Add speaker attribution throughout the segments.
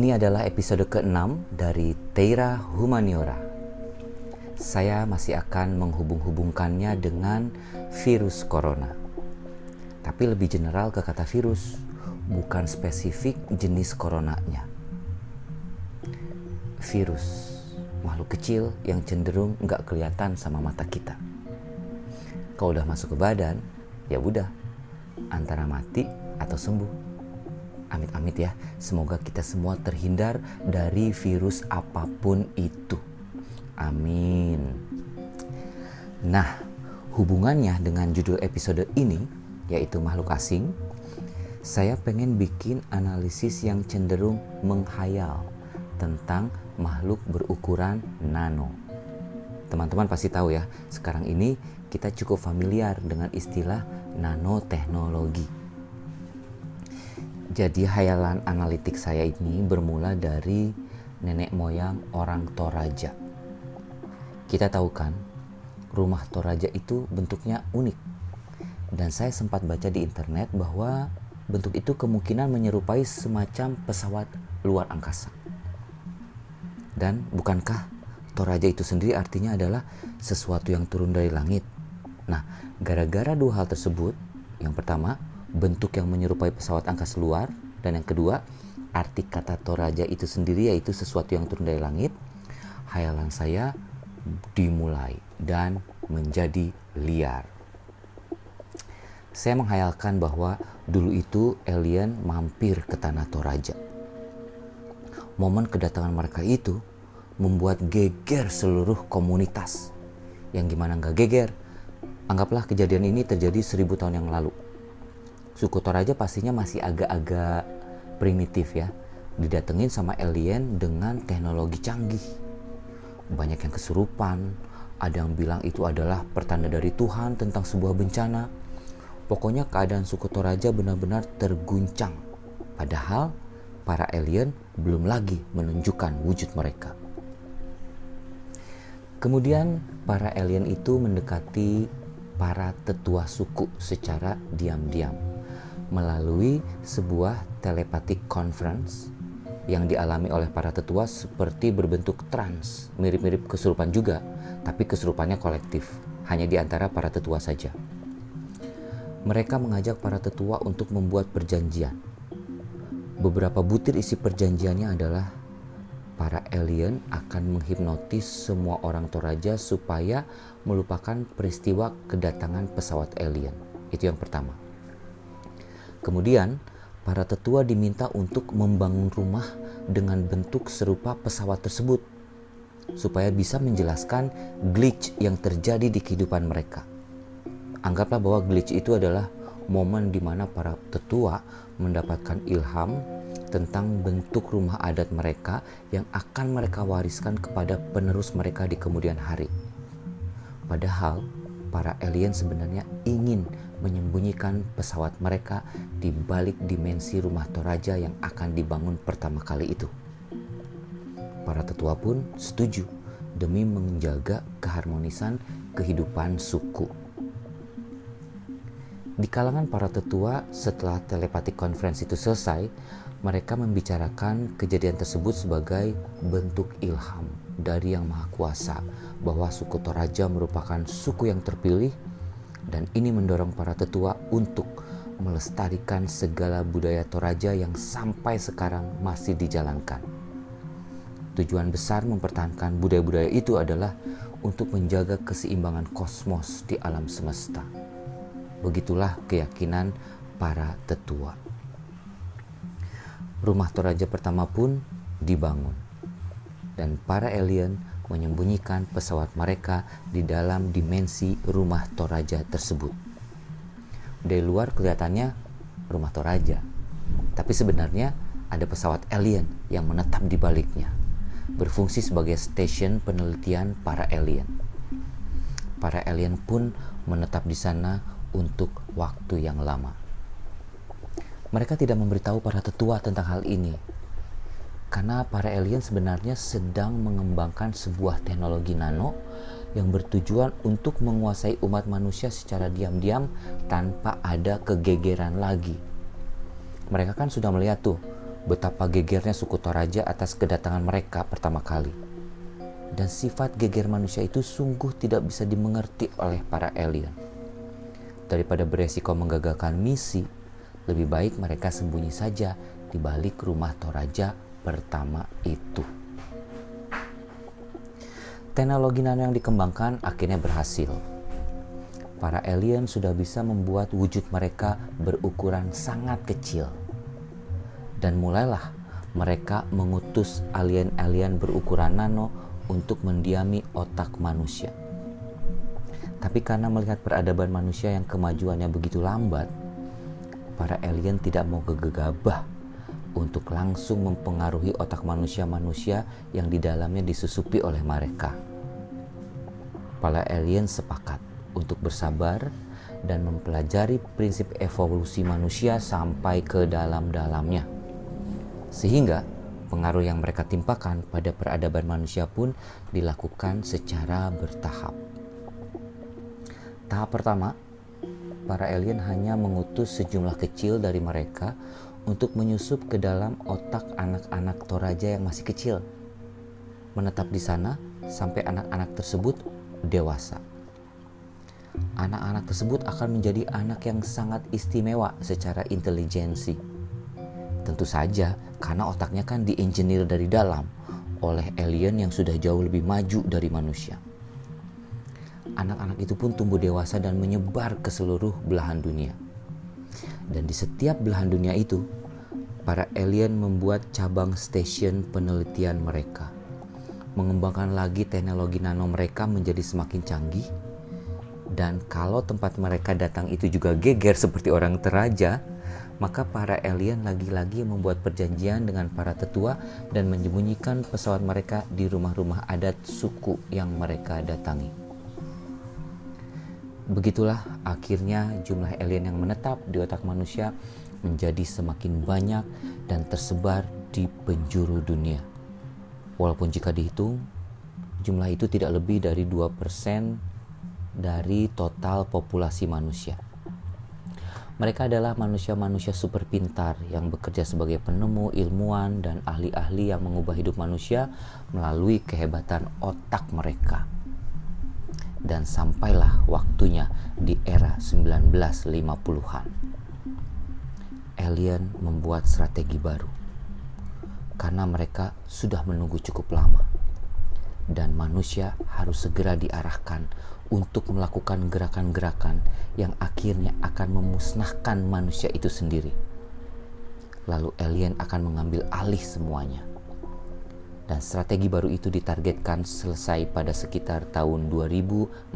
Speaker 1: Ini adalah episode ke-6 dari Teira Humaniora. Saya masih akan menghubung-hubungkannya dengan virus corona. Tapi lebih general ke kata virus, bukan spesifik jenis coronanya. Virus, makhluk kecil yang cenderung nggak kelihatan sama mata kita. Kalau udah masuk ke badan, ya udah, antara mati atau sembuh. Amit-amit ya, semoga kita semua terhindar dari virus apapun itu. Amin. Nah, hubungannya dengan judul episode ini, yaitu makhluk asing, saya pengen bikin analisis yang cenderung menghayal tentang makhluk berukuran nano. Teman-teman pasti tahu ya, sekarang ini kita cukup familiar dengan istilah nanoteknologi. Jadi hayalan analitik saya ini bermula dari nenek moyang orang Toraja. Kita tahu kan, rumah Toraja itu bentuknya unik. Dan saya sempat baca di internet bahwa bentuk itu kemungkinan menyerupai semacam pesawat luar angkasa. Dan bukankah Toraja itu sendiri artinya adalah sesuatu yang turun dari langit? Nah, gara-gara dua hal tersebut, yang pertama, bentuk yang menyerupai pesawat angkasa luar, dan yang kedua, arti kata Toraja itu sendiri yaitu sesuatu yang turun dari langit, hayalan saya dimulai dan menjadi liar. Saya menghayalkan bahwa dulu itu alien mampir ke tanah Toraja. Momen kedatangan mereka itu membuat geger seluruh komunitas. Yang gimana nggak geger? Anggaplah kejadian ini terjadi 1000 tahun yang lalu. Suku Toraja pastinya masih agak-agak primitif ya. Didatengin sama alien dengan teknologi canggih. Banyak yang kesurupan, ada yang bilang itu adalah pertanda dari Tuhan tentang sebuah bencana. Pokoknya keadaan suku Toraja benar-benar terguncang. Padahal para alien belum lagi menunjukkan wujud mereka. Kemudian para alien itu mendekati para tetua suku secara diam-diam melalui sebuah telepathic conference yang dialami oleh para tetua seperti berbentuk trans, mirip-mirip kesurupan juga, tapi kesurupannya kolektif, hanya di antara para tetua saja. Mereka mengajak para tetua untuk membuat perjanjian. Beberapa butir isi perjanjiannya adalah para alien akan menghipnotis semua orang Toraja supaya melupakan peristiwa kedatangan pesawat alien. Itu yang pertama. Kemudian, para tetua diminta untuk membangun rumah dengan bentuk serupa pesawat tersebut supaya bisa menjelaskan glitch yang terjadi di kehidupan mereka. Anggaplah bahwa glitch itu adalah momen di mana para tetua mendapatkan ilham tentang bentuk rumah adat mereka yang akan mereka wariskan kepada penerus mereka di kemudian hari. Padahal para alien sebenarnya ingin menyembunyikan pesawat mereka di balik dimensi rumah Toraja yang akan dibangun pertama kali itu. Para tetua pun setuju demi menjaga keharmonisan kehidupan suku. Di kalangan para tetua, setelah telepathic conference itu selesai, mereka membicarakan kejadian tersebut sebagai bentuk ilham dari Yang Maha Kuasa bahwa suku Toraja merupakan suku yang terpilih, dan ini mendorong para tetua untuk melestarikan segala budaya Toraja yang sampai sekarang masih dijalankan. Tujuan besar mempertahankan budaya-budaya itu adalah untuk menjaga keseimbangan kosmos di alam semesta. Begitulah keyakinan para tetua. Rumah Toraja pertama pun dibangun, dan para alien menyembunyikan pesawat mereka di dalam dimensi rumah Toraja tersebut. Dari luar kelihatannya rumah Toraja, tapi sebenarnya ada pesawat alien yang menetap di baliknya, berfungsi sebagai stasiun penelitian para alien. Para alien pun menetap di sana untuk waktu yang lama. Mereka tidak memberitahu para tetua tentang hal ini, karena para alien sebenarnya sedang mengembangkan sebuah teknologi nano yang bertujuan untuk menguasai umat manusia secara diam-diam tanpa ada kegegeran lagi. Mereka kan sudah melihat tuh betapa gegernya suku Toraja atas kedatangan mereka pertama kali. Dan sifat geger manusia itu sungguh tidak bisa dimengerti oleh para alien. Daripada beresiko menggagalkan misi, lebih baik mereka sembunyi saja di balik rumah Toraja pertama itu. Teknologi nano yang dikembangkan akhirnya berhasil. Para alien sudah bisa membuat wujud mereka berukuran sangat kecil. Dan mulailah mereka mengutus alien-alien berukuran nano untuk mendiami otak manusia. Tapi karena melihat peradaban manusia yang kemajuannya begitu lambat, para alien tidak mau gegabah untuk langsung mempengaruhi otak manusia-manusia yang di dalamnya disusupi oleh mereka. Para alien sepakat untuk bersabar dan mempelajari prinsip evolusi manusia sampai ke dalam-dalamnya. Sehingga pengaruh yang mereka timpakan pada peradaban manusia pun dilakukan secara bertahap. Tahap pertama, para alien hanya mengutus sejumlah kecil dari mereka untuk menyusup ke dalam otak anak-anak Toraja yang masih kecil. Menetap di sana sampai anak-anak tersebut dewasa. Anak-anak tersebut akan menjadi anak yang sangat istimewa secara intelijensi. Tentu saja karena otaknya kan diengineer dari dalam oleh alien yang sudah jauh lebih maju dari manusia. Anak-anak itu pun tumbuh dewasa dan menyebar ke seluruh belahan dunia. Dan di setiap belahan dunia itu, para alien membuat cabang stasiun penelitian mereka, mengembangkan lagi teknologi nano mereka menjadi semakin canggih. Dan kalau tempat mereka datang itu juga geger seperti orang Toraja, maka para alien lagi-lagi membuat perjanjian dengan para tetua dan menyembunyikan pesawat mereka di rumah-rumah adat suku yang mereka datangi. Begitulah akhirnya jumlah alien yang menetap di otak manusia menjadi semakin banyak dan tersebar di penjuru dunia. Walaupun jika dihitung, jumlah itu tidak lebih dari 2% dari total populasi manusia. Mereka adalah manusia-manusia super pintar yang bekerja sebagai penemu, ilmuwan, dan ahli-ahli yang mengubah hidup manusia melalui kehebatan otak mereka. Dan sampailah waktunya di era 1950-an. Alien membuat strategi baru karena mereka sudah menunggu cukup lama dan manusia harus segera diarahkan untuk melakukan gerakan-gerakan yang akhirnya akan memusnahkan manusia itu sendiri. Lalu alien akan mengambil alih semuanya. Dan strategi baru itu ditargetkan selesai pada sekitar tahun 2450.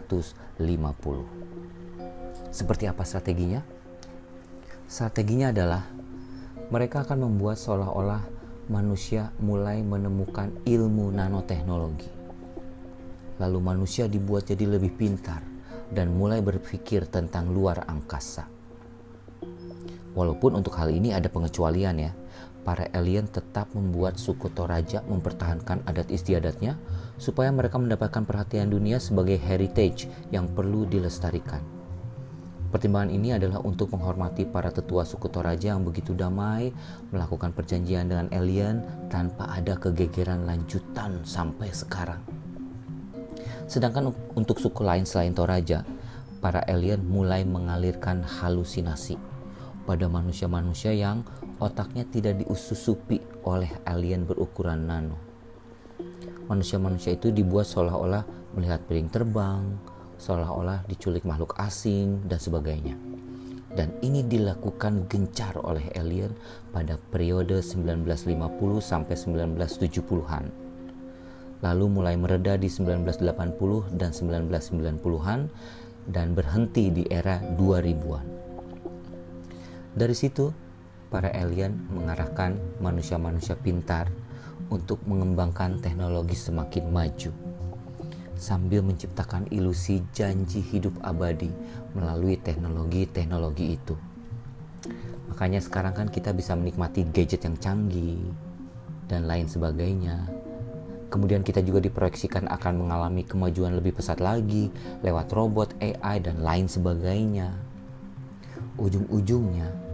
Speaker 1: Seperti apa strateginya? Strateginya adalah mereka akan membuat seolah-olah manusia mulai menemukan ilmu nanoteknologi. Lalu manusia dibuat jadi lebih pintar dan mulai berpikir tentang luar angkasa. Walaupun untuk hal ini ada pengecualian ya. Para alien tetap membuat suku Toraja mempertahankan adat istiadatnya supaya mereka mendapatkan perhatian dunia sebagai heritage yang perlu dilestarikan. Pertimbangan ini adalah untuk menghormati para tetua suku Toraja yang begitu damai melakukan perjanjian dengan alien tanpa ada kegegeran lanjutan sampai sekarang. Sedangkan untuk suku lain selain Toraja, para alien mulai mengalirkan halusinasi pada manusia-manusia yang otaknya tidak diususupi oleh alien berukuran nano. Manusia-manusia itu dibuat seolah-olah melihat piring terbang, seolah-olah diculik makhluk asing, dan sebagainya. Dan ini dilakukan gencar oleh alien pada periode 1950 sampai 1970-an. Lalu mulai mereda di 1980 dan 1990-an dan berhenti di era 2000-an. Dari situ, para alien mengarahkan manusia-manusia pintar untuk mengembangkan teknologi semakin maju, sambil menciptakan ilusi janji hidup abadi melalui teknologi-teknologi itu. Makanya sekarang kan kita bisa menikmati gadget yang canggih dan lain sebagainya. Kemudian kita juga diproyeksikan akan mengalami kemajuan lebih pesat lagi lewat robot, AI, dan lain sebagainya. Ujung-ujungnya,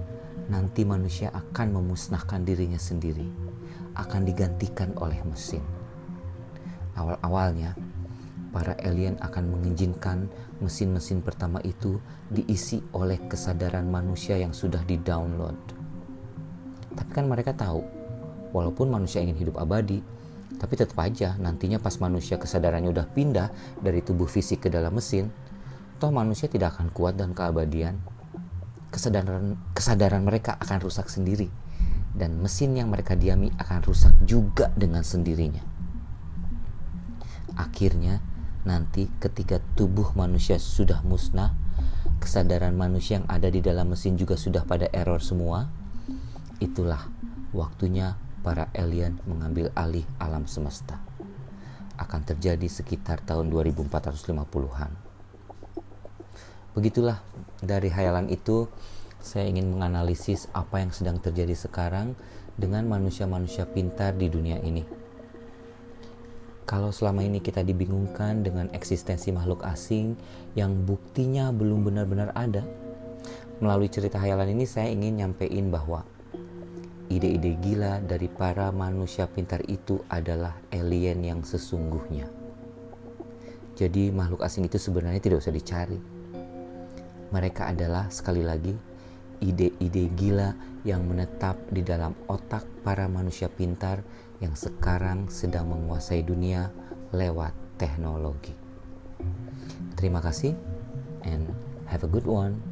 Speaker 1: nanti manusia akan memusnahkan dirinya sendiri, akan digantikan oleh mesin. Awal-awalnya, para alien akan mengizinkan mesin-mesin pertama itu diisi oleh kesadaran manusia yang sudah di-download. Tapi kan mereka tahu, walaupun manusia ingin hidup abadi, tapi tetap aja nantinya pas manusia kesadarannya udah pindah dari tubuh fisik ke dalam mesin, toh manusia tidak akan kuat dalam keabadian. Kesadaran mereka akan rusak sendiri, dan mesin yang mereka diami akan rusak juga dengan sendirinya. Akhirnya nanti ketika tubuh manusia sudah musnah, kesadaran manusia yang ada di dalam mesin juga sudah pada error semua, itulah waktunya para alien mengambil alih alam semesta. Akan terjadi sekitar tahun 2450-an. Begitulah, dari hayalan itu saya ingin menganalisis apa yang sedang terjadi sekarang dengan manusia-manusia pintar di dunia ini. Kalau selama ini kita dibingungkan dengan eksistensi makhluk asing yang buktinya belum benar-benar ada, melalui cerita hayalan ini saya ingin nyampein bahwa ide-ide gila dari para manusia pintar itu adalah alien yang sesungguhnya. Jadi makhluk asing itu sebenarnya tidak usah dicari. Mereka adalah, sekali lagi, ide-ide gila yang menetap di dalam otak para manusia pintar yang sekarang sedang menguasai dunia lewat teknologi. Terima kasih and have a good one.